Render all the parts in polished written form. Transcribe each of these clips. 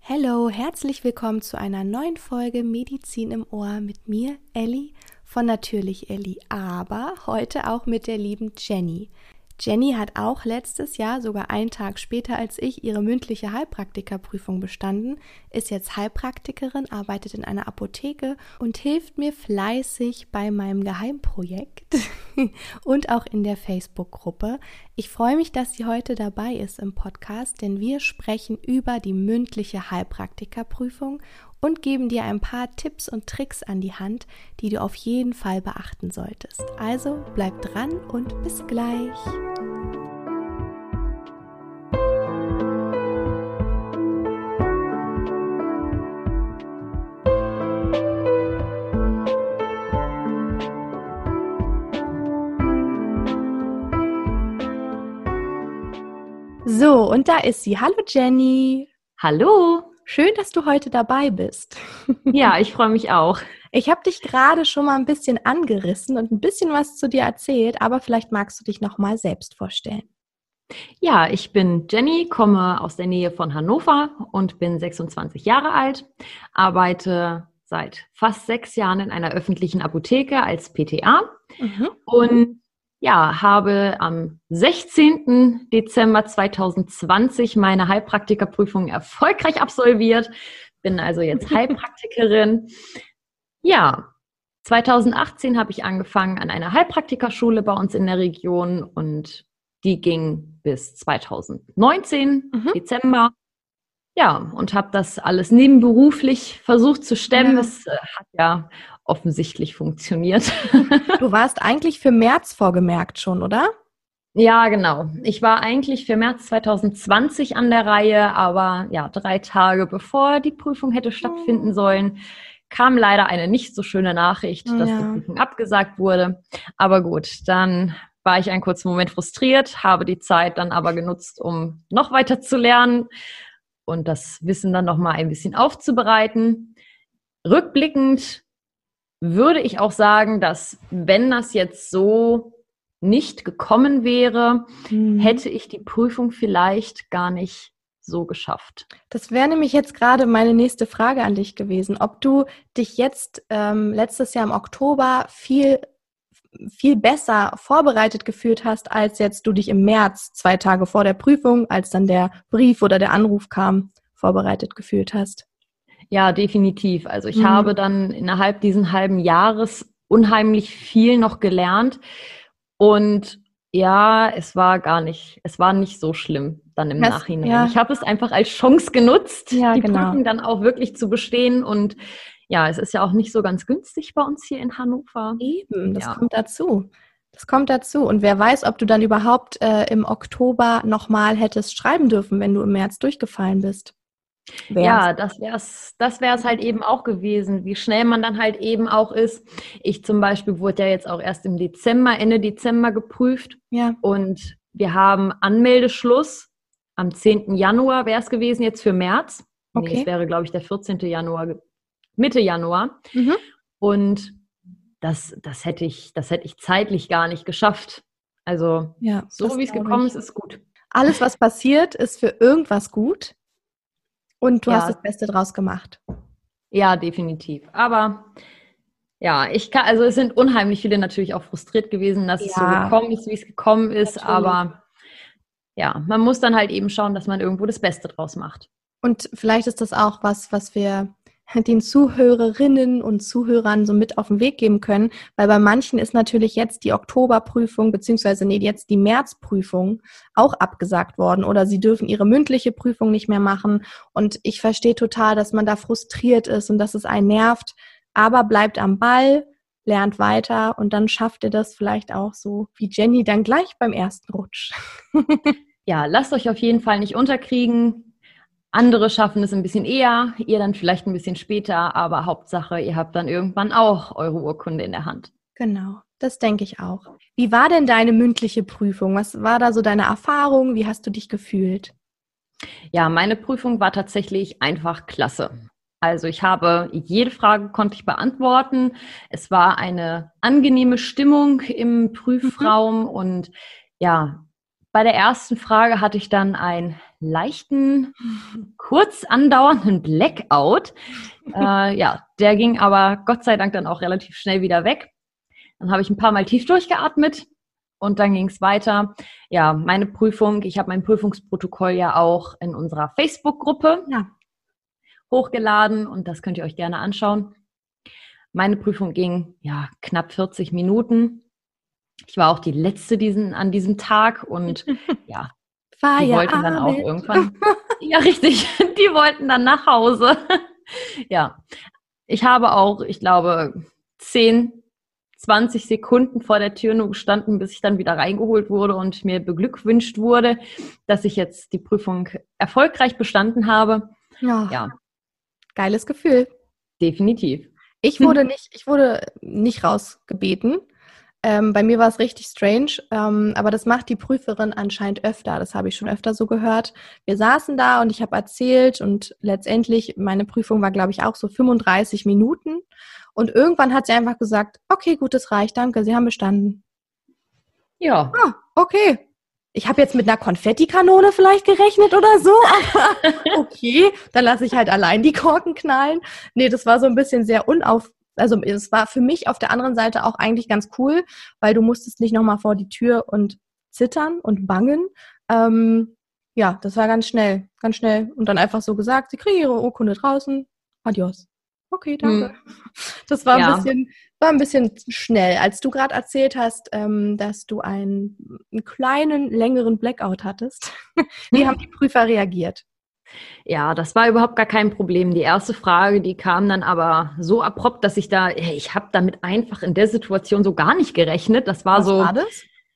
Hallo, herzlich willkommen zu einer neuen Folge Medizin im Ohr mit mir, Elli von Natürlich Elli, aber heute auch mit der lieben Jenny. Jenny hat auch letztes Jahr, sogar einen Tag später als ich, ihre mündliche Heilpraktikerprüfung bestanden, ist jetzt Heilpraktikerin, arbeitet in einer Apotheke und hilft mir fleißig bei meinem Geheimprojekt und auch in der Facebook-Gruppe. Ich freue mich, dass sie heute dabei ist im Podcast, denn wir sprechen über die mündliche Heilpraktikerprüfung und geben dir ein paar Tipps und Tricks an die Hand, die du auf jeden Fall beachten solltest. Also bleib dran und bis gleich. So, und da ist sie. Hallo Jenny. Hallo. Schön, dass du heute dabei bist. Ja, ich freue mich auch. Ich habe dich gerade schon mal ein bisschen angerissen und ein bisschen was zu dir erzählt, aber vielleicht magst du dich noch mal selbst vorstellen. Ja, ich bin Jenny, komme aus der Nähe von Hannover und bin 26 Jahre alt, arbeite seit fast 6 Jahren in einer öffentlichen Apotheke als PTA und ja, habe am 16. Dezember 2020 meine Heilpraktikerprüfung erfolgreich absolviert, bin also jetzt Heilpraktikerin. Ja, 2018 habe ich angefangen an einer Heilpraktikerschule bei uns in der Region und die ging bis 2019, Dezember. Ja, und habe das alles nebenberuflich versucht zu stemmen. Ja. Es hat ja offensichtlich funktioniert. Du warst eigentlich für März vorgemerkt schon, oder? Ja, genau. Ich war eigentlich für März 2020 an der Reihe, aber ja, 3 Tage bevor die Prüfung hätte stattfinden sollen, kam leider eine nicht so schöne Nachricht, dass die Prüfung abgesagt wurde. Aber gut, dann war ich einen kurzen Moment frustriert, habe die Zeit dann aber genutzt, um noch weiter zu lernen und das Wissen dann nochmal ein bisschen aufzubereiten. Rückblickend würde ich auch sagen, dass wenn das jetzt so nicht gekommen wäre, hätte ich die Prüfung vielleicht gar nicht so geschafft. Das wäre nämlich jetzt gerade meine nächste Frage an dich gewesen, ob du dich jetzt letztes Jahr im Oktober viel besser vorbereitet gefühlt hast, als jetzt du dich im März, 2 Tage vor der Prüfung, als dann der Brief oder der Anruf kam, vorbereitet gefühlt hast. Ja, definitiv. Also ich habe dann innerhalb diesen halben Jahres unheimlich viel noch gelernt und ja, es war nicht so schlimm dann im Nachhinein. Ja. Ich habe es einfach als Chance genutzt, Ja, die genau. Prüfung dann auch wirklich zu bestehen und ja, es ist ja auch nicht so ganz günstig bei uns hier in Hannover. Eben, das kommt dazu. Das kommt dazu. Und wer weiß, ob du dann überhaupt im Oktober nochmal hättest schreiben dürfen, wenn du im März durchgefallen bist. Ja, das wär's halt eben auch gewesen, wie schnell man dann halt eben auch ist. Ich zum Beispiel wurde ja jetzt auch erst im Dezember, Ende Dezember geprüft. Ja. Und wir haben Anmeldeschluss am 10. Januar wäre es gewesen, jetzt für März. Okay. Nee, es wäre, glaube ich, der 14. Januar, Mitte Januar. Und das hätte ich zeitlich gar nicht geschafft. Also ja, so wie es gekommen ist gut. Alles, was passiert, ist für irgendwas gut. Und du hast das Beste draus gemacht. Ja, definitiv. Aber ja, also es sind unheimlich viele natürlich auch frustriert gewesen, dass es so gekommen ist, wie es gekommen ist. Natürlich. Aber ja, man muss dann halt eben schauen, dass man irgendwo das Beste draus macht. Und vielleicht ist das auch was wir den Zuhörerinnen und Zuhörern so mit auf den Weg geben können, weil bei manchen ist natürlich jetzt die Oktoberprüfung, jetzt die Märzprüfung auch abgesagt worden oder sie dürfen ihre mündliche Prüfung nicht mehr machen und ich verstehe total, dass man da frustriert ist und dass es einen nervt, aber bleibt am Ball, lernt weiter und dann schafft ihr das vielleicht auch so wie Jenny dann gleich beim ersten Rutsch. Ja, lasst euch auf jeden Fall nicht unterkriegen. Andere schaffen es ein bisschen eher, ihr dann vielleicht ein bisschen später, aber Hauptsache, ihr habt dann irgendwann auch eure Urkunde in der Hand. Genau, das denke ich auch. Wie war denn deine mündliche Prüfung? Was war da so deine Erfahrung? Wie hast du dich gefühlt? Ja, meine Prüfung war tatsächlich einfach klasse. Also jede Frage konnte ich beantworten. Es war eine angenehme Stimmung im Prüfraum und ja, bei der ersten Frage hatte ich dann ein leichten, kurz andauernden Blackout. Der ging aber Gott sei Dank dann auch relativ schnell wieder weg. Dann habe ich ein paar Mal tief durchgeatmet und dann ging es weiter. Ja, meine Prüfung, ich habe mein Prüfungsprotokoll ja auch in unserer Facebook-Gruppe hochgeladen und das könnt ihr euch gerne anschauen. Meine Prüfung ging knapp 40 Minuten. Ich war auch die Letzte an diesem Tag und die wollten dann auch irgendwann, ja richtig, die wollten dann nach Hause. Ja, ich habe auch, ich glaube, 10, 20 Sekunden vor der Tür nur gestanden, bis ich dann wieder reingeholt wurde und mir beglückwünscht wurde, dass ich jetzt die Prüfung erfolgreich bestanden habe. Ja. Geiles Gefühl. Definitiv. Ich wurde nicht rausgebeten. Bei mir war es richtig strange, aber das macht die Prüferin anscheinend öfter. Das habe ich schon öfter so gehört. Wir saßen da und ich habe erzählt und letztendlich, meine Prüfung war, glaube ich, auch so 35 Minuten. Und irgendwann hat sie einfach gesagt, okay, gut, das reicht, danke, Sie haben bestanden. Ja. Ah, okay. Ich habe jetzt mit einer Konfettikanone vielleicht gerechnet oder so, aber okay, dann lasse ich halt allein die Korken knallen. Nee, das war so ein bisschen sehr also es war für mich auf der anderen Seite auch eigentlich ganz cool, weil du musstest nicht nochmal vor die Tür und zittern und bangen. Das war ganz schnell. Und dann einfach so gesagt, Sie kriegen Ihre Urkunde draußen, adios. Okay, danke. Das war ein bisschen schnell. Als du gerade erzählt hast, dass du einen kleinen, längeren Blackout hattest, wie haben die Prüfer reagiert? Ja, das war überhaupt gar kein Problem. Die erste Frage, die kam dann aber so abrupt, dass ich habe damit einfach in der Situation so gar nicht gerechnet. Das war Was war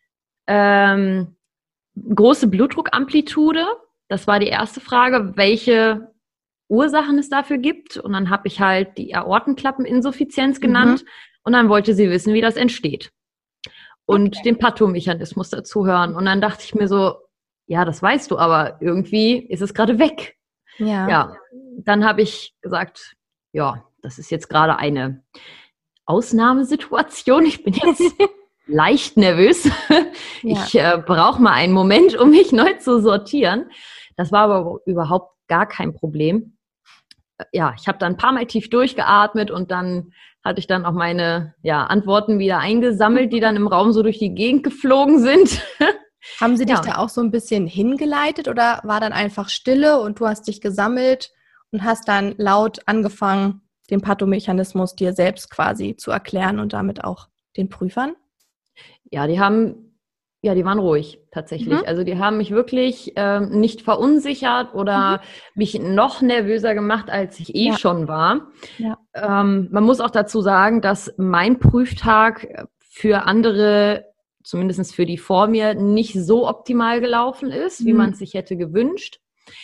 das? Große Blutdruckamplitude. Das war die erste Frage, welche Ursachen es dafür gibt. Und dann habe ich halt die Aortenklappeninsuffizienz genannt. Und dann wollte sie wissen, wie das entsteht. Und den Pathomechanismus dazu hören. Und dann dachte ich mir so, ja, das weißt du, aber irgendwie ist es gerade weg. Ja, dann habe ich gesagt, ja, das ist jetzt gerade eine Ausnahmesituation. Ich bin jetzt leicht nervös. Ich brauche mal einen Moment, um mich neu zu sortieren. Das war aber überhaupt gar kein Problem. Ja, ich habe dann ein paar Mal tief durchgeatmet und dann hatte ich dann auch meine Antworten wieder eingesammelt, die dann im Raum so durch die Gegend geflogen sind. Haben sie dich da auch so ein bisschen hingeleitet oder war dann einfach Stille und du hast dich gesammelt und hast dann laut angefangen, den Pathomechanismus dir selbst quasi zu erklären und damit auch den Prüfern? Ja, die waren ruhig tatsächlich. Also die haben mich wirklich nicht verunsichert oder mich noch nervöser gemacht, als ich schon war. Ja. Man muss auch dazu sagen, dass mein Prüftag für andere, zumindest für die vor mir, nicht so optimal gelaufen ist, wie man es sich hätte gewünscht.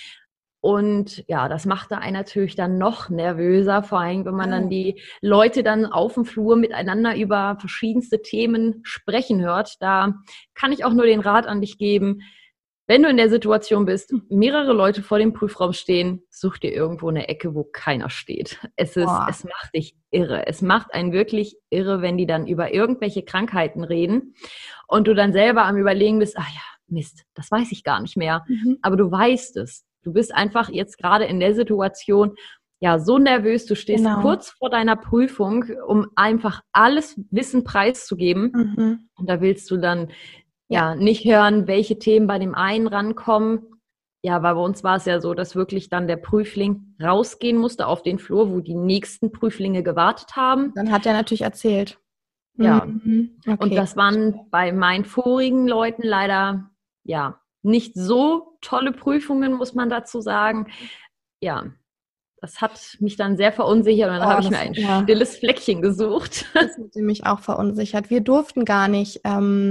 Und ja, das machte einen natürlich dann noch nervöser, vor allem, wenn man dann die Leute dann auf dem Flur miteinander über verschiedenste Themen sprechen hört. Da kann ich auch nur den Rat an dich geben, wenn du in der Situation bist, mehrere Leute vor dem Prüfraum stehen, such dir irgendwo eine Ecke, wo keiner steht. Es macht dich irre. Es macht einen wirklich irre, wenn die dann über irgendwelche Krankheiten reden und du dann selber am Überlegen bist, ach ja, Mist, das weiß ich gar nicht mehr. Aber du weißt es. Du bist einfach jetzt gerade in der Situation so nervös, du stehst kurz vor deiner Prüfung, um einfach alles Wissen preiszugeben. Und da willst du dann nicht hören, welche Themen bei dem einen rankommen. Ja, weil bei uns war es ja so, dass wirklich dann der Prüfling rausgehen musste auf den Flur, wo die nächsten Prüflinge gewartet haben. Dann hat er natürlich erzählt. Ja, und das waren bei meinen vorigen Leuten leider nicht so tolle Prüfungen, muss man dazu sagen. Ja, das hat mich dann sehr verunsichert und dann habe ich mir ein stilles Fleckchen gesucht. Das hat mich auch verunsichert. Wir durften gar nicht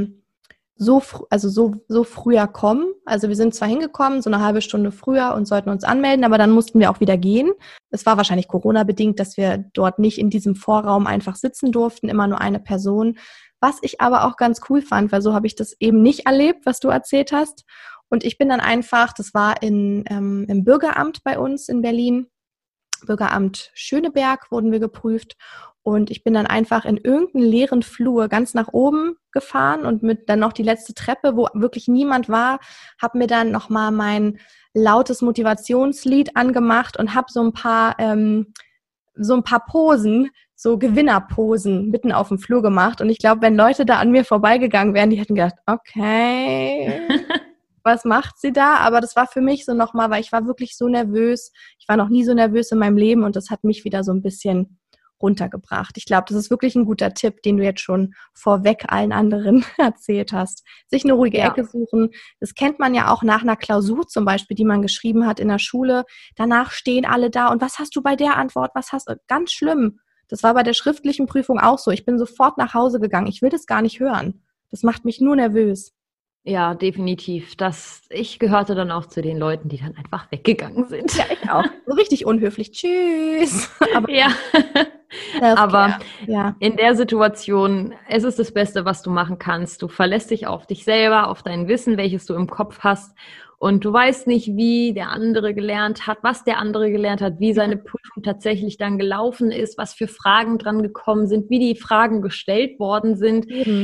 so früher kommen. Also wir sind zwar hingekommen, so eine halbe Stunde früher und sollten uns anmelden, aber dann mussten wir auch wieder gehen. Es war wahrscheinlich Corona-bedingt, dass wir dort nicht in diesem Vorraum einfach sitzen durften, immer nur eine Person. Was ich aber auch ganz cool fand, weil so habe ich das eben nicht erlebt, was du erzählt hast. Und ich bin dann einfach, das war im Bürgeramt bei uns in Berlin, Bürgeramt Schöneberg wurden wir geprüft. Und ich bin dann einfach in irgendeinen leeren Flur ganz nach oben gefahren und mit dann noch die letzte Treppe, wo wirklich niemand war, habe mir dann nochmal mein lautes Motivationslied angemacht und habe so ein paar Posen, so Gewinnerposen mitten auf dem Flur gemacht. Und ich glaube, wenn Leute da an mir vorbeigegangen wären, die hätten gedacht, okay, was macht sie da? Aber das war für mich so nochmal, weil ich war wirklich so nervös. Ich war noch nie so nervös in meinem Leben und das hat mich wieder so ein bisschen runtergebracht. Ich glaube, das ist wirklich ein guter Tipp, den du jetzt schon vorweg allen anderen erzählt hast. Sich eine ruhige Ecke suchen. Das kennt man ja auch nach einer Klausur zum Beispiel, die man geschrieben hat in der Schule. Danach stehen alle da und was hast du bei der Antwort? Was hast du? Ganz schlimm. Das war bei der schriftlichen Prüfung auch so. Ich bin sofort nach Hause gegangen. Ich will das gar nicht hören. Das macht mich nur nervös. Ja, definitiv. Ich gehörte dann auch zu den Leuten, die dann einfach weggegangen sind. Ja, ich auch. So richtig unhöflich. Tschüss. Aber in der Situation, es ist das Beste, was du machen kannst. Du verlässt dich auf dich selber, auf dein Wissen, welches du im Kopf hast. Und du weißt nicht, wie der andere gelernt hat, was der andere gelernt hat, wie seine Prüfung tatsächlich dann gelaufen ist, was für Fragen dran gekommen sind, wie die Fragen gestellt worden sind.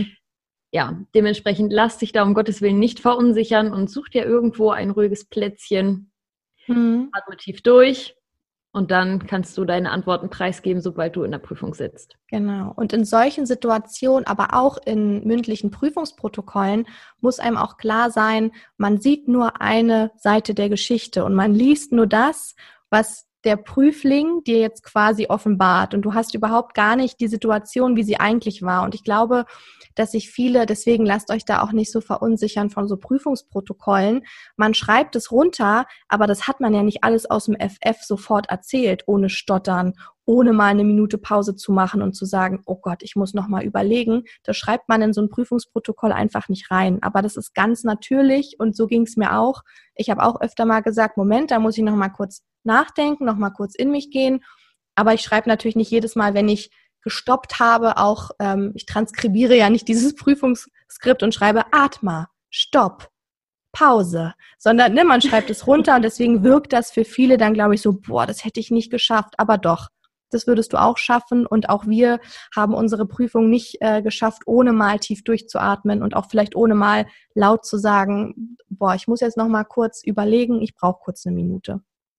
Ja, dementsprechend lass dich da um Gottes Willen nicht verunsichern und such dir irgendwo ein ruhiges Plätzchen, atme tief durch und dann kannst du deine Antworten preisgeben, sobald du in der Prüfung sitzt. Genau. Und in solchen Situationen, aber auch in mündlichen Prüfungsprotokollen, muss einem auch klar sein, man sieht nur eine Seite der Geschichte und man liest nur das, was der Prüfling dir jetzt quasi offenbart und du hast überhaupt gar nicht die Situation, wie sie eigentlich war. Und ich glaube, dass sich viele, deswegen lasst euch da auch nicht so verunsichern von so Prüfungsprotokollen. Man schreibt es runter, aber das hat man ja nicht alles aus dem FF sofort erzählt, ohne Stottern, ohne mal eine Minute Pause zu machen und zu sagen, oh Gott, ich muss noch mal überlegen. Das schreibt man in so ein Prüfungsprotokoll einfach nicht rein. Aber das ist ganz natürlich und so ging es mir auch. Ich habe auch öfter mal gesagt, Moment, da muss ich noch mal kurz nachdenken, noch mal kurz in mich gehen. Aber ich schreibe natürlich nicht jedes Mal, wenn ich gestoppt habe, auch ich transkribiere ja nicht dieses Prüfungsskript und schreibe Atma, Stopp, Pause, sondern man schreibt es runter und deswegen wirkt das für viele dann, glaube ich, so, boah, das hätte ich nicht geschafft, aber doch, das würdest du auch schaffen und auch wir haben unsere Prüfung nicht geschafft, ohne mal tief durchzuatmen und auch vielleicht ohne mal laut zu sagen, boah, ich muss jetzt noch mal kurz überlegen, ich brauche kurz eine Minute.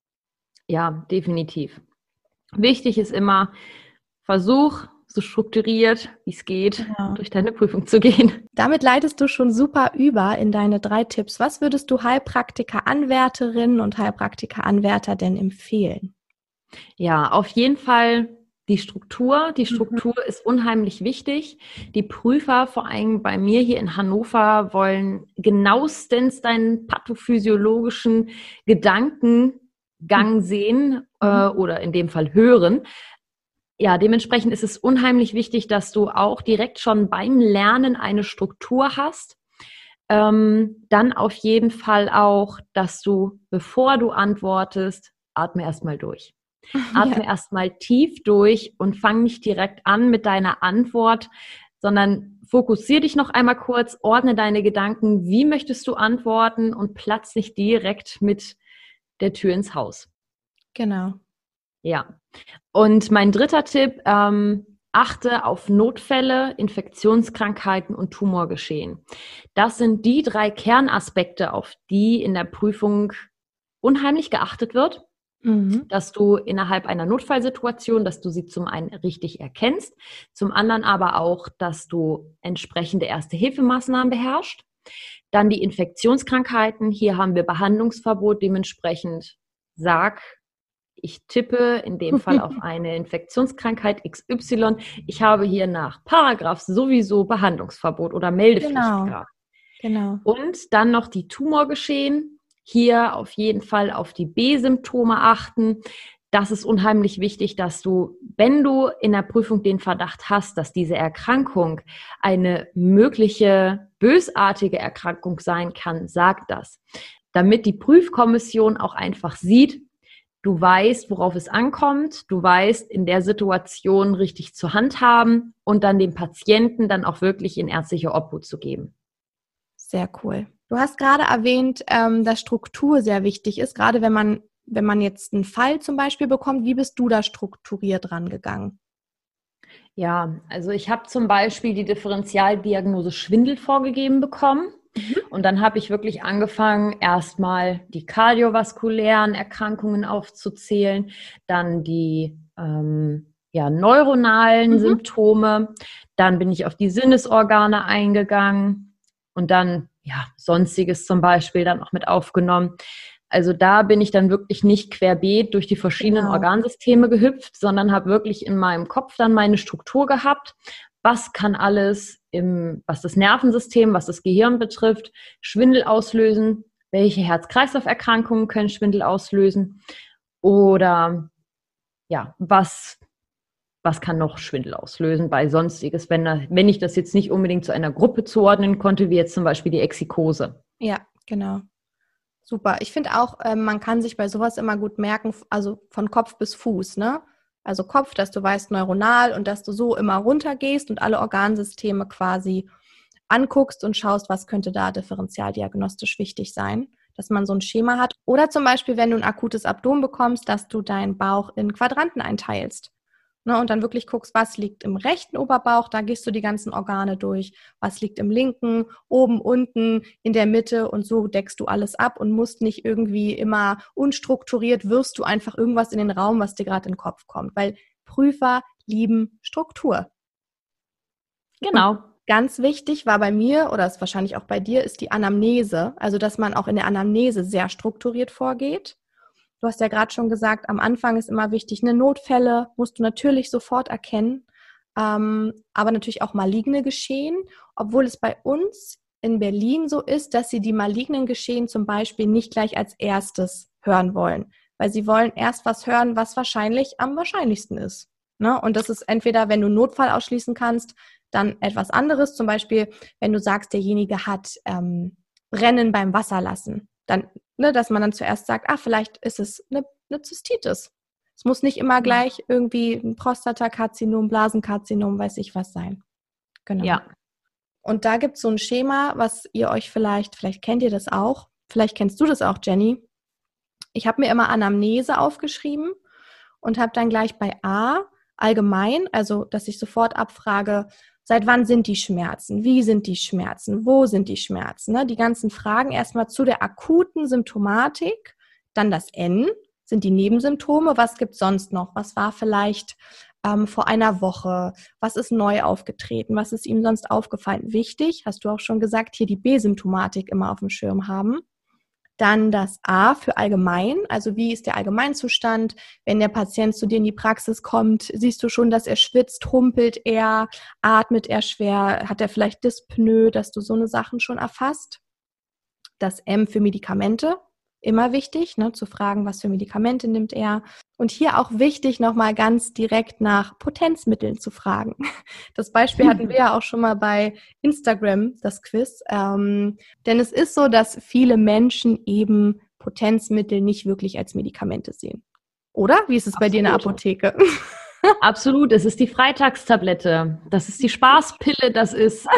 Ja, definitiv. Wichtig ist immer, versuch so strukturiert, wie es geht, durch deine Prüfung zu gehen. Damit leitest du schon super über in deine 3 Tipps. Was würdest du Heilpraktiker-Anwärterinnen und Heilpraktiker-Anwärter denn empfehlen? Ja, auf jeden Fall die Struktur. Die Struktur ist unheimlich wichtig. Die Prüfer, vor allem bei mir hier in Hannover, wollen genauestens deinen pathophysiologischen Gedankengang sehen oder in dem Fall hören. Ja, dementsprechend ist es unheimlich wichtig, dass du auch direkt schon beim Lernen eine Struktur hast. Dann auf jeden Fall auch, dass du, bevor du antwortest, atme erstmal durch. Atme erstmal tief durch und fang nicht direkt an mit deiner Antwort, sondern fokussier dich noch einmal kurz, ordne deine Gedanken, wie möchtest du antworten und platz nicht direkt mit der Tür ins Haus. Genau. Ja. Und mein 3. Tipp, achte auf Notfälle, Infektionskrankheiten und Tumorgeschehen. Das sind die 3 Kernaspekte, auf die in der Prüfung unheimlich geachtet wird. Dass du innerhalb einer Notfallsituation, dass du sie zum einen richtig erkennst, zum anderen aber auch, dass du entsprechende Erste-Hilfemaßnahmen beherrschst. Dann die Infektionskrankheiten, hier haben wir Behandlungsverbot, dementsprechend ich tippe in dem Fall auf eine Infektionskrankheit XY. Ich habe hier nach Paragraph sowieso Behandlungsverbot oder Meldepflicht. Genau. Und dann noch die Tumorgeschehen. Hier auf jeden Fall auf die B-Symptome achten. Das ist unheimlich wichtig, dass du, wenn du in der Prüfung den Verdacht hast, dass diese Erkrankung eine mögliche bösartige Erkrankung sein kann, sag das. Damit die Prüfkommission auch einfach sieht, du weißt, worauf es ankommt, du weißt, in der Situation richtig zu handhaben und dann dem Patienten dann auch wirklich in ärztliche Obhut zu geben. Sehr cool. Du hast gerade erwähnt, dass Struktur sehr wichtig ist, gerade wenn man jetzt einen Fall zum Beispiel bekommt. Wie bist du da strukturiert rangegangen? Ja, also ich habe zum Beispiel die Differentialdiagnose Schwindel vorgegeben bekommen. Mhm. Und dann habe ich wirklich angefangen, erstmal die kardiovaskulären Erkrankungen aufzuzählen, dann die neuronalen Mhm. Symptome, dann bin ich auf die Sinnesorgane eingegangen und dann, Sonstiges zum Beispiel dann auch mit aufgenommen. Also da bin ich dann wirklich nicht querbeet durch die verschiedenen Genau. Organsysteme gehüpft, sondern habe wirklich in meinem Kopf dann meine Struktur gehabt. Was kann alles was das Nervensystem, was das Gehirn betrifft, Schwindel auslösen? Welche Herz-Kreislauf-Erkrankungen können Schwindel auslösen? Oder was kann noch Schwindel auslösen bei Sonstiges, wenn ich das jetzt nicht unbedingt zu einer Gruppe zuordnen konnte, wie jetzt zum Beispiel die Exikose. Ja, genau. Super. Ich finde auch, man kann sich bei sowas immer gut merken, also von Kopf bis Fuß, ne? Also Kopf, dass du weißt neuronal und dass du so immer runtergehst und alle Organsysteme quasi anguckst und schaust, was könnte da differentialdiagnostisch wichtig sein, dass man so ein Schema hat. Oder zum Beispiel, wenn du ein akutes Abdomen bekommst, dass du deinen Bauch in Quadranten einteilst. Ne, und dann wirklich guckst, was liegt im rechten Oberbauch, da gehst du die ganzen Organe durch, was liegt im linken, oben, unten, in der Mitte und so deckst du alles ab und musst nicht irgendwie immer unstrukturiert, wirfst du einfach irgendwas in den Raum, was dir gerade in den Kopf kommt, weil Prüfer lieben Struktur. Und Genau. ganz wichtig war bei mir, oder ist wahrscheinlich auch bei dir, ist die Anamnese, also dass man auch in der Anamnese sehr strukturiert vorgeht. Du hast ja gerade schon gesagt, am Anfang ist immer wichtig, eine Notfälle musst du natürlich sofort erkennen, aber natürlich auch maligne Geschehen, obwohl es bei uns in Berlin so ist, dass sie die malignen Geschehen zum Beispiel nicht gleich als erstes hören wollen, weil sie wollen erst was hören, was wahrscheinlich am wahrscheinlichsten ist. Ne? Und das ist entweder, wenn du Notfall ausschließen kannst, dann etwas anderes, zum Beispiel, wenn du sagst, derjenige hat Brennen beim Wasserlassen, dann dass man dann zuerst sagt, vielleicht ist es eine Zystitis. Es muss nicht immer gleich irgendwie ein Prostatakarzinom, Blasenkarzinom, weiß ich was sein. Genau. Ja. Und da gibt es so ein Schema, was ihr euch vielleicht kennt ihr das auch, vielleicht kennst du das auch, Jenny. Ich habe mir immer Anamnese aufgeschrieben und habe dann gleich bei A allgemein, also dass ich sofort abfrage, seit wann sind die Schmerzen? Wie sind die Schmerzen? Wo sind die Schmerzen? Ne? Die ganzen Fragen erstmal zu der akuten Symptomatik. Dann das N, sind die Nebensymptome. Was gibt es sonst noch? Was war vielleicht vor einer Woche? Was ist neu aufgetreten? Was ist ihm sonst aufgefallen? Wichtig, hast du auch schon gesagt, hier die B-Symptomatik immer auf dem Schirm haben. Dann das A für allgemein, also wie ist der Allgemeinzustand? Wenn der Patient zu dir in die Praxis kommt, siehst du schon, dass er schwitzt, humpelt er, atmet er schwer, hat er vielleicht Dyspnoe, dass du so eine Sachen schon erfasst. Das M für Medikamente, immer wichtig, ne, zu fragen, was für Medikamente nimmt er. Und hier auch wichtig, nochmal ganz direkt nach Potenzmitteln zu fragen. Das Beispiel hatten wir ja auch schon mal bei Instagram, das Quiz. Denn es ist so, dass viele Menschen eben Potenzmittel nicht wirklich als Medikamente sehen. Oder? Wie ist es bei dir in der Apotheke? Absolut, es ist die Freitagstablette, das ist die Spaßpille, das ist,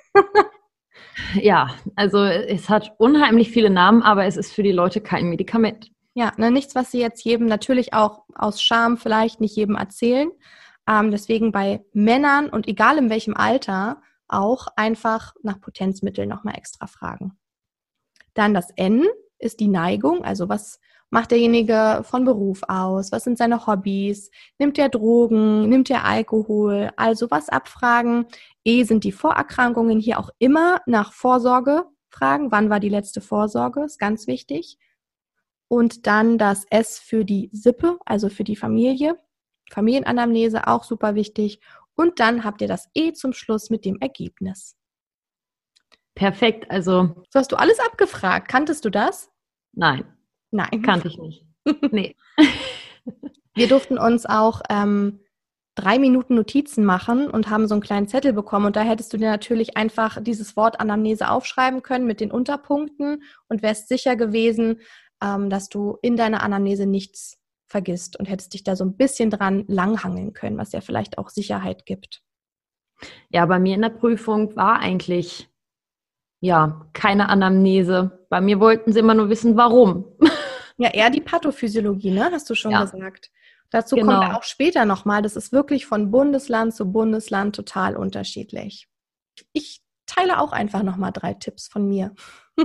also es hat unheimlich viele Namen, aber es ist für die Leute kein Medikament. Ja, ne, nichts, was sie jetzt jedem natürlich auch aus Scham vielleicht nicht jedem erzählen. Deswegen bei Männern und egal in welchem Alter auch einfach nach Potenzmitteln nochmal extra fragen. Dann das N ist die Neigung, also was macht derjenige von Beruf aus, was sind seine Hobbys, nimmt er Drogen, nimmt er Alkohol, also was abfragen. E sind die Vorerkrankungen, hier auch immer nach Vorsorge fragen, wann war die letzte Vorsorge, ist ganz wichtig. Und dann das S für die Sippe, also für die Familie, Familienanamnese, auch super wichtig. Und dann habt ihr das E zum Schluss mit dem Ergebnis. Perfekt, also. So hast du alles abgefragt. Kanntest du das? Nein. Nein. Kannte ich nicht. Nee. Wir durften uns auch 3 Minuten Notizen machen und haben so einen kleinen Zettel bekommen. Und da hättest du dir natürlich einfach dieses Wort Anamnese aufschreiben können mit den Unterpunkten und wärst sicher gewesen, dass du in deiner Anamnese nichts vergisst und hättest dich da so ein bisschen dran langhangeln können, was ja vielleicht auch Sicherheit gibt. Ja, bei mir in der Prüfung war eigentlich keine Anamnese. Bei mir wollten sie immer nur wissen, warum. Ja, eher die Pathophysiologie, ne? Hast du schon gesagt. Dazu kommen wir auch später nochmal. Das ist wirklich von Bundesland zu Bundesland total unterschiedlich. Ich teile auch einfach nochmal 3 Tipps von mir.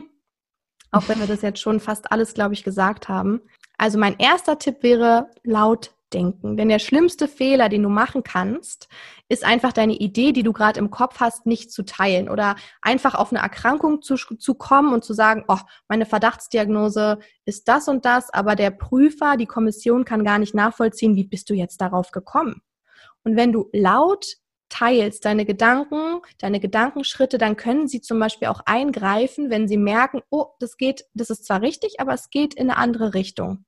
Auch wenn wir das jetzt schon fast alles, glaube ich, gesagt haben. Also mein erster Tipp wäre laut denken. Denn der schlimmste Fehler, den du machen kannst, ist einfach deine Idee, die du gerade im Kopf hast, nicht zu teilen oder einfach auf eine Erkrankung zu kommen und zu sagen, oh, meine Verdachtsdiagnose ist das und das, aber der Prüfer, die Kommission kann gar nicht nachvollziehen, wie bist du jetzt darauf gekommen? Und wenn du laut teilst, deine Gedanken, deine Gedankenschritte, dann können sie zum Beispiel auch eingreifen, wenn sie merken, oh, das ist zwar richtig, aber es geht in eine andere Richtung.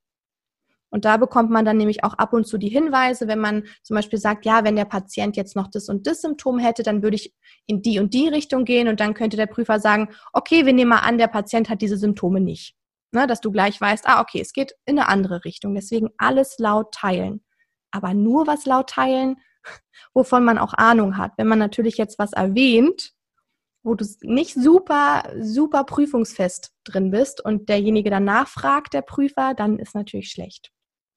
Und da bekommt man dann nämlich auch ab und zu die Hinweise, wenn man zum Beispiel sagt, ja, wenn der Patient jetzt noch das und das Symptom hätte, dann würde ich in die und die Richtung gehen und dann könnte der Prüfer sagen, okay, wir nehmen mal an, der Patient hat diese Symptome nicht. Ne, dass du gleich weißt, okay, es geht in eine andere Richtung. Deswegen alles laut teilen. Aber nur was laut teilen, wovon man auch Ahnung hat. Wenn man natürlich jetzt was erwähnt, wo du nicht super, super prüfungsfest drin bist und derjenige dann nachfragt, der Prüfer, dann ist natürlich schlecht.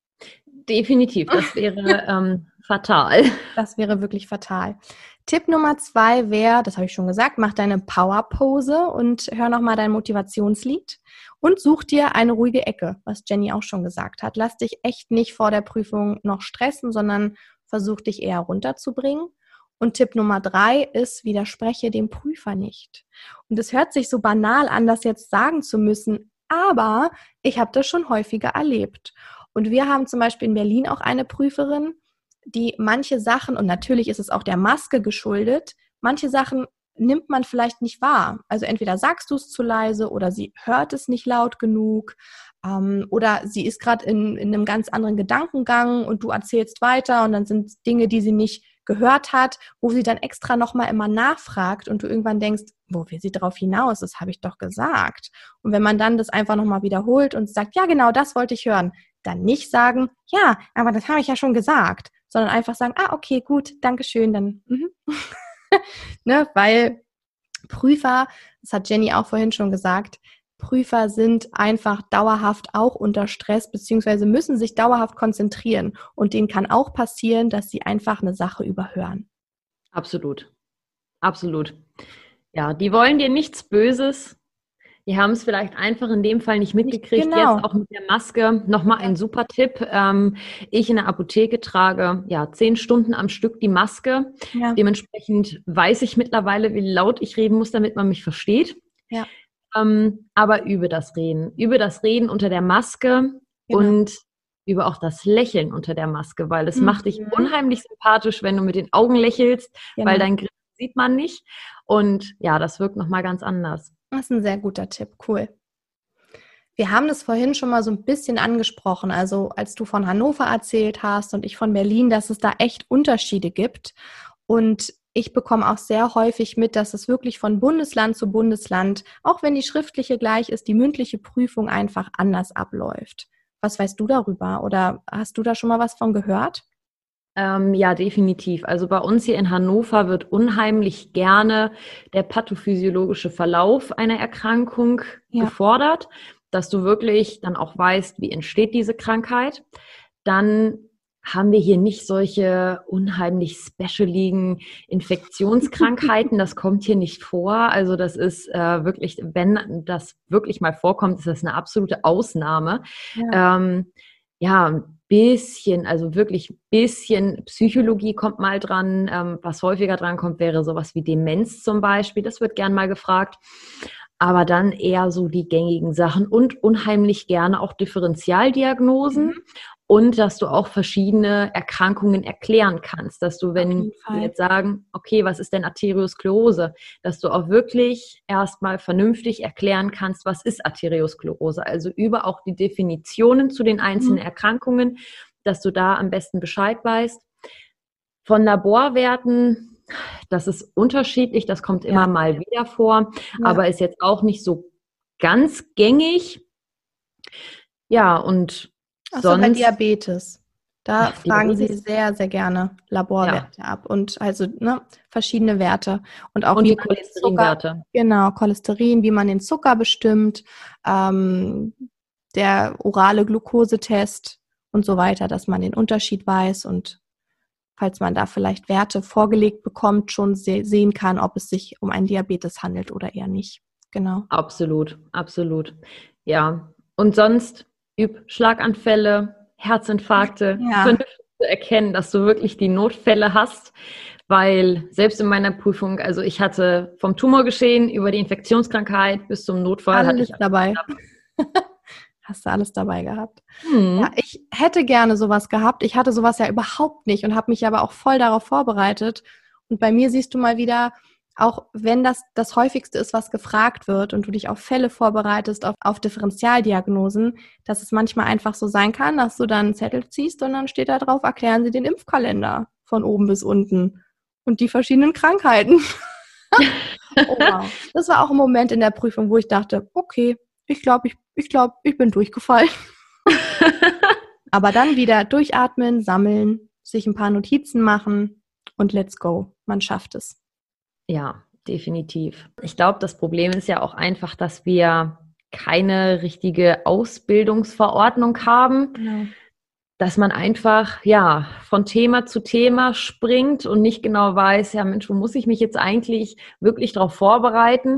Definitiv, das wäre fatal. Das wäre wirklich fatal. Tipp Nummer 2 wäre, das habe ich schon gesagt, mach deine Power-Pose und hör nochmal dein Motivationslied und such dir eine ruhige Ecke, was Jenny auch schon gesagt hat. Lass dich echt nicht vor der Prüfung noch stressen, sondern versuch dich eher runterzubringen. Und Tipp Nummer 3 ist, widerspreche dem Prüfer nicht. Und es hört sich so banal an, das jetzt sagen zu müssen, aber ich habe das schon häufiger erlebt. Und wir haben zum Beispiel in Berlin auch eine Prüferin, die manche Sachen, und natürlich ist es auch der Maske geschuldet, manche Sachen nimmt man vielleicht nicht wahr. Also entweder sagst du es zu leise oder sie hört es nicht laut genug oder sie ist gerade in einem ganz anderen Gedankengang und du erzählst weiter und dann sind es Dinge, die sie nicht gehört hat, wo sie dann extra nochmal immer nachfragt und du irgendwann denkst, wo will sie drauf hinaus? Das habe ich doch gesagt. Und wenn man dann das einfach nochmal wiederholt und sagt, ja genau, das wollte ich hören, dann nicht sagen, ja, aber das habe ich ja schon gesagt, sondern einfach sagen, okay, gut, Dankeschön, dann, ne, weil Prüfer, das hat Jenny auch vorhin schon gesagt, Prüfer sind einfach dauerhaft auch unter Stress, beziehungsweise müssen sich dauerhaft konzentrieren. Und denen kann auch passieren, dass sie einfach eine Sache überhören. Absolut. Absolut. Ja, die wollen dir nichts Böses. Die haben es vielleicht einfach in dem Fall nicht mitgekriegt. Genau. Jetzt auch mit der Maske. Nochmal ein super Tipp. Ich in der Apotheke trage 10 Stunden am Stück die Maske. Ja. Dementsprechend weiß ich mittlerweile, wie laut ich reden muss, damit man mich versteht. Ja. Aber übe das Reden. Übe das Reden unter der Maske und übe auch das Lächeln unter der Maske, weil es macht dich unheimlich sympathisch, wenn du mit den Augen lächelst, weil dein Grinsen sieht man nicht. Und ja, das wirkt nochmal ganz anders. Das ist ein sehr guter Tipp, cool. Wir haben das vorhin schon mal so ein bisschen angesprochen, also als du von Hannover erzählt hast und ich von Berlin, dass es da echt Unterschiede gibt. Und ich bekomme auch sehr häufig mit, dass es wirklich von Bundesland zu Bundesland, auch wenn die schriftliche gleich ist, die mündliche Prüfung einfach anders abläuft. Was weißt du darüber oder hast du da schon mal was von gehört? Ja, definitiv. Also bei uns hier in Hannover wird unheimlich gerne der pathophysiologische Verlauf einer Erkrankung gefordert, dass du wirklich dann auch weißt, wie entsteht diese Krankheit. Dann haben wir hier nicht solche unheimlich specialigen Infektionskrankheiten. Das kommt hier nicht vor. Also das ist wirklich, wenn das wirklich mal vorkommt, ist das eine absolute Ausnahme. Ein bisschen, also wirklich ein bisschen Psychologie kommt mal dran. Was häufiger dran kommt, wäre sowas wie Demenz zum Beispiel. Das wird gern mal gefragt. Aber dann eher so die gängigen Sachen und unheimlich gerne auch Differentialdiagnosen. Und dass du auch verschiedene Erkrankungen erklären kannst, dass du, wenn wir jetzt sagen, okay, was ist denn Arteriosklerose, dass du auch wirklich erstmal vernünftig erklären kannst, was ist Arteriosklerose, also über auch die Definitionen zu den einzelnen Erkrankungen, dass du da am besten Bescheid weißt. Von Laborwerten, das ist unterschiedlich, das kommt immer mal wieder vor, aber ist jetzt auch nicht so ganz gängig. Ja, und Außer bei Diabetes. Da fragen sie sehr, sehr gerne Laborwerte ab und also verschiedene Werte. Und auch die Cholesterinwerte. Genau, Cholesterin, wie man den Zucker bestimmt, der orale Glukosetest und so weiter, dass man den Unterschied weiß und falls man da vielleicht Werte vorgelegt bekommt, schon sehen kann, ob es sich um einen Diabetes handelt oder eher nicht. Genau. Absolut, absolut. Ja, und sonst üb Schlaganfälle, Herzinfarkte, vernünftig zu erkennen, dass du wirklich die Notfälle hast, weil selbst in meiner Prüfung, also ich hatte vom Tumorgeschehen über die Infektionskrankheit bis zum Notfall alles hatte ich dabei. Hast du alles dabei gehabt? Mhm. Ja, ich hätte gerne sowas gehabt. Ich hatte sowas ja überhaupt nicht und habe mich aber auch voll darauf vorbereitet. Und bei mir siehst du mal wieder, auch wenn das häufigste ist, was gefragt wird und du dich auf Fälle vorbereitest, auf Differentialdiagnosen, dass es manchmal einfach so sein kann, dass du dann einen Zettel ziehst und dann steht da drauf, erklären Sie den Impfkalender von oben bis unten und die verschiedenen Krankheiten. Oh, wow. Das war auch ein Moment in der Prüfung, wo ich dachte, okay, ich glaube, ich bin durchgefallen. Aber dann wieder durchatmen, sammeln, sich ein paar Notizen machen und let's go. Man schafft es. Ja, definitiv. Ich glaube, das Problem ist ja auch einfach, dass wir keine richtige Ausbildungsverordnung haben, Genau. dass man einfach, ja, von Thema zu Thema springt und nicht genau weiß, ja Mensch, wo muss ich mich jetzt eigentlich wirklich darauf vorbereiten?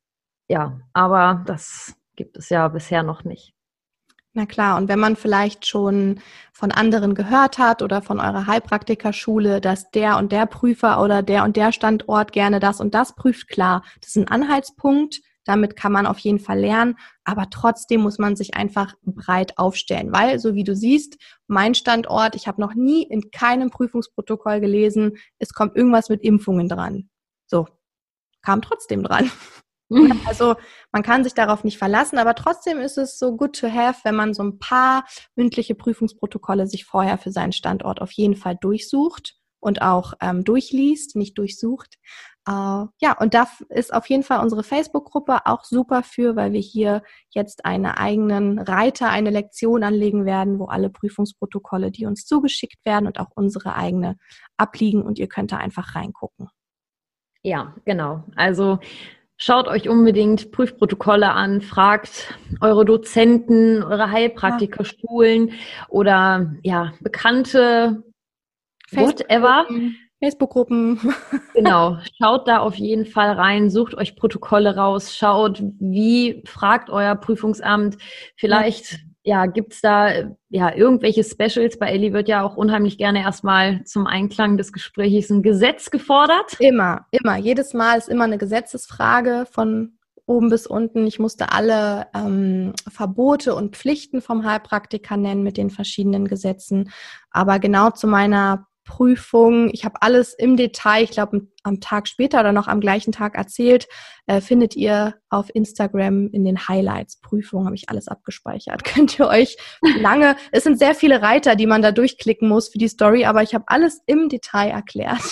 Ja, aber das gibt es ja bisher noch nicht. Na klar, und wenn man vielleicht schon von anderen gehört hat oder von eurer Heilpraktikerschule, dass der und der Prüfer oder der Standort gerne das und das prüft, klar, das ist ein Anhaltspunkt, damit kann man auf jeden Fall lernen, aber trotzdem muss man sich einfach breit aufstellen, weil, so wie du siehst, mein Standort, ich habe noch nie in keinem Prüfungsprotokoll gelesen, es kommt irgendwas mit Impfungen dran. So, kam trotzdem dran. Also man kann sich darauf nicht verlassen, aber trotzdem ist es so good to have, wenn man so ein paar mündliche Prüfungsprotokolle sich vorher für seinen Standort auf jeden Fall durchsucht und auch durchliest, nicht durchsucht. Ja, und da ist auf jeden Fall unsere Facebook-Gruppe auch super für, weil wir hier jetzt einen eigenen Reiter, eine Lektion anlegen werden, wo alle Prüfungsprotokolle, die uns zugeschickt werden und auch unsere eigene abliegen und ihr könnt da einfach reingucken. Ja, genau. Also schaut euch unbedingt Prüfprotokolle an, fragt eure Dozenten, eure Heilpraktikerschulen oder ja, Bekannte, whatever. Facebook-Gruppen. Genau, schaut da auf jeden Fall rein, sucht euch Protokolle raus, schaut, fragt euer Prüfungsamt. Vielleicht gibt's da irgendwelche Specials. Bei Elli wird ja auch unheimlich gerne erstmal zum Einklang des Gesprächs ein Gesetz gefordert. Immer. Jedes Mal ist immer eine Gesetzesfrage von oben bis unten. Ich musste alle Verbote und Pflichten vom Heilpraktiker nennen mit den verschiedenen Gesetzen. Aber genau zu meiner Prüfung, ich habe alles im Detail, ich glaube am Tag später oder noch am gleichen Tag erzählt, findet ihr auf Instagram in den Highlights. Prüfung habe ich alles abgespeichert. Könnt ihr euch es sind sehr viele Reiter, die man da durchklicken muss für die Story, aber ich habe alles im Detail erklärt.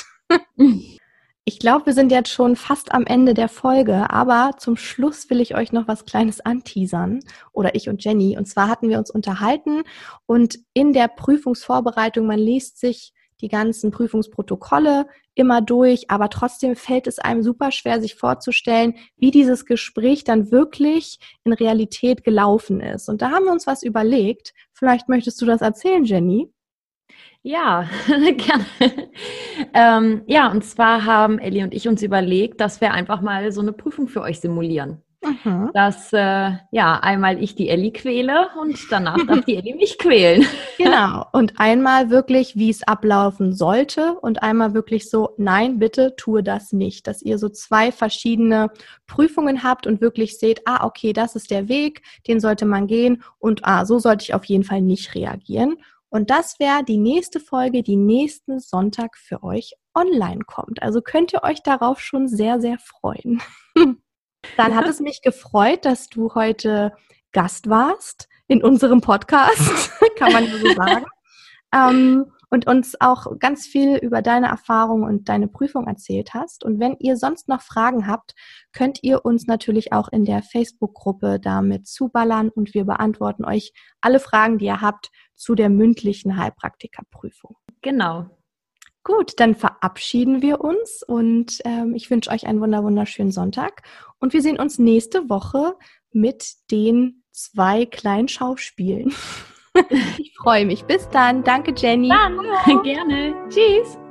Ich glaube, wir sind jetzt schon fast am Ende der Folge, aber zum Schluss will ich euch noch was Kleines anteasern, oder ich und Jenny. Und zwar hatten wir uns unterhalten und in der Prüfungsvorbereitung, man liest sich die ganzen Prüfungsprotokolle immer durch, aber trotzdem fällt es einem super schwer, sich vorzustellen, wie dieses Gespräch dann wirklich in Realität gelaufen ist. Und da haben wir uns was überlegt. Vielleicht möchtest du das erzählen, Jenny? Ja, gerne. Und zwar haben Elli und ich uns überlegt, dass wir einfach mal so eine Prüfung für euch simulieren. Mhm. Dass einmal ich die Elli quäle und danach darf die Elli mich quälen. Genau. Und einmal wirklich, wie es ablaufen sollte und einmal wirklich so, nein, bitte tue das nicht. Dass ihr so zwei verschiedene Prüfungen habt und wirklich seht, okay, das ist der Weg, den sollte man gehen und so sollte ich auf jeden Fall nicht reagieren. Und das wäre die nächste Folge, die nächsten Sonntag für euch online kommt. Also könnt ihr euch darauf schon sehr, sehr freuen. Dann hat es mich gefreut, dass du heute Gast warst in unserem Podcast, kann man so sagen, und uns auch ganz viel über deine Erfahrungen und deine Prüfung erzählt hast. Und wenn ihr sonst noch Fragen habt, könnt ihr uns natürlich auch in der Facebook-Gruppe damit zuballern und wir beantworten euch alle Fragen, die ihr habt zu der mündlichen Heilpraktikerprüfung. Genau. Gut, dann verabschieden wir uns und ich wünsche euch einen wunderschönen Sonntag und wir sehen uns nächste Woche mit den 2 kleinen Schauspielen. Ich freue mich. Bis dann. Danke, Jenny. Dann, gerne. Tschüss.